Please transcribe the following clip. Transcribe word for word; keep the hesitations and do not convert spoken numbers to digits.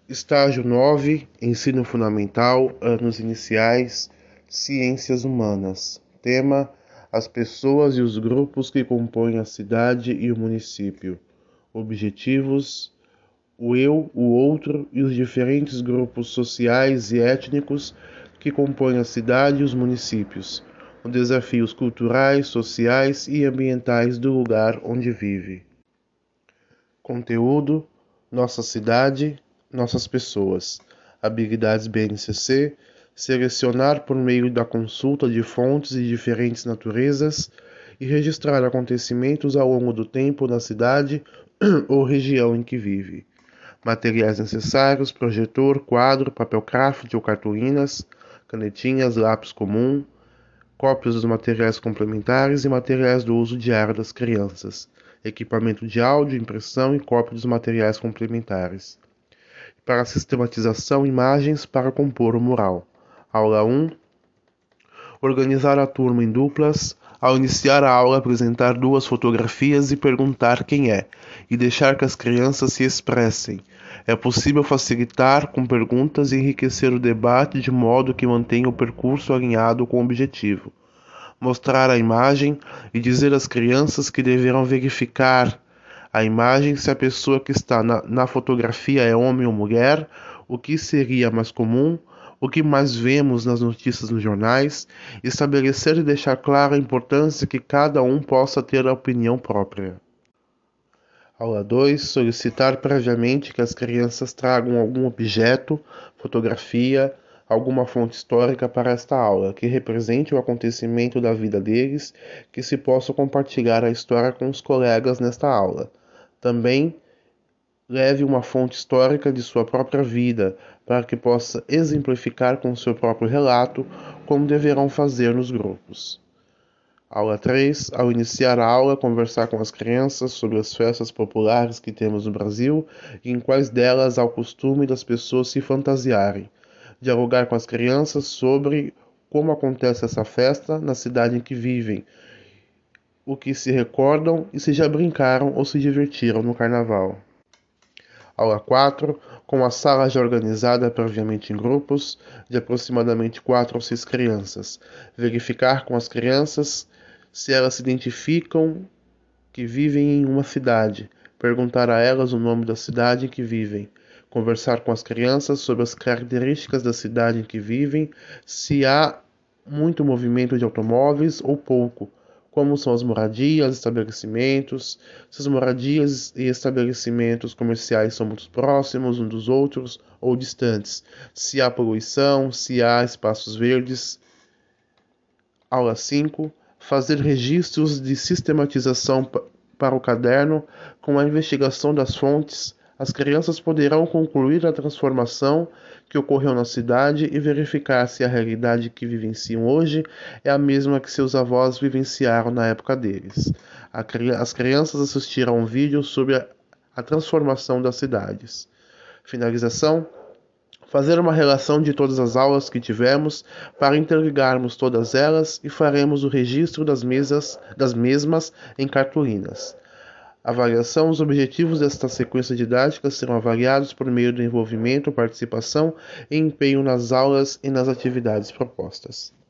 Estágio nove, Ensino Fundamental, Anos Iniciais, Ciências Humanas. Tema: as pessoas e os grupos que compõem a cidade e o município. Objetivos: o eu, o outro e os diferentes grupos sociais e étnicos que compõem a cidade e os municípios. Os desafios culturais, sociais e ambientais do lugar onde vive. Conteúdo: nossa cidade, nossas pessoas. Habilidades B N C C: selecionar por meio da consulta de fontes de diferentes naturezas e registrar acontecimentos ao longo do tempo na cidade ou região em que vive. Materiais necessários: projetor, quadro, papel craft ou cartolinas, canetinhas, lápis comum, cópias dos materiais complementares e materiais do uso diário das crianças, equipamento de áudio, impressão e cópia dos materiais complementares. Para a sistematização, imagens para compor o mural. Aula um. Organizar a turma em duplas. Ao iniciar a aula, apresentar duas fotografias e perguntar quem é, e deixar que as crianças se expressem. É possível facilitar com perguntas e enriquecer o debate de modo que mantenha o percurso alinhado com o objetivo. Mostrar a imagem e dizer às crianças que deverão verificar a imagem se a pessoa que está na, na fotografia é homem ou mulher, o que seria mais comum, o que mais vemos nas notícias nos jornais, estabelecer e deixar clara a importância que cada um possa ter a opinião própria. Aula dois. Solicitar previamente que as crianças tragam algum objeto, fotografia, alguma fonte histórica para esta aula, que represente o acontecimento da vida deles, que se possa compartilhar a história com os colegas nesta aula. Também leve uma fonte histórica de sua própria vida, para que possa exemplificar com seu próprio relato como deverão fazer nos grupos. Aula três. Ao iniciar a aula, conversar com as crianças sobre as festas populares que temos no Brasil e em quais delas há o costume das pessoas se fantasiarem. Dialogar com as crianças sobre como acontece essa festa na cidade em que vivem, o que se recordam e se já brincaram ou se divertiram no carnaval. Aula quatro. Com a sala já organizada previamente em grupos de aproximadamente quatro ou seis crianças. Verificar com as crianças se elas se identificam que vivem em uma cidade. Perguntar a elas o nome da cidade em que vivem. Conversar com as crianças sobre as características da cidade em que vivem, se há muito movimento de automóveis ou pouco, como são as moradias, estabelecimentos, se as moradias e estabelecimentos comerciais são muito próximos uns dos outros ou distantes, se há poluição, se há espaços verdes. Aula cinco. Fazer registros de sistematização para o caderno com a investigação das fontes. As crianças poderão concluir a transformação que ocorreu na cidade e verificar se a realidade que vivenciam hoje é a mesma que seus avós vivenciaram na época deles. As crianças assistiram a um vídeo sobre a transformação das cidades. Finalização: fazer uma relação de todas as aulas que tivemos para interligarmos todas elas e faremos o registro das, mesas, das mesmas em cartolinas. Avaliação: os objetivos desta sequência didática serão avaliados por meio do envolvimento, participação e empenho nas aulas e nas atividades propostas.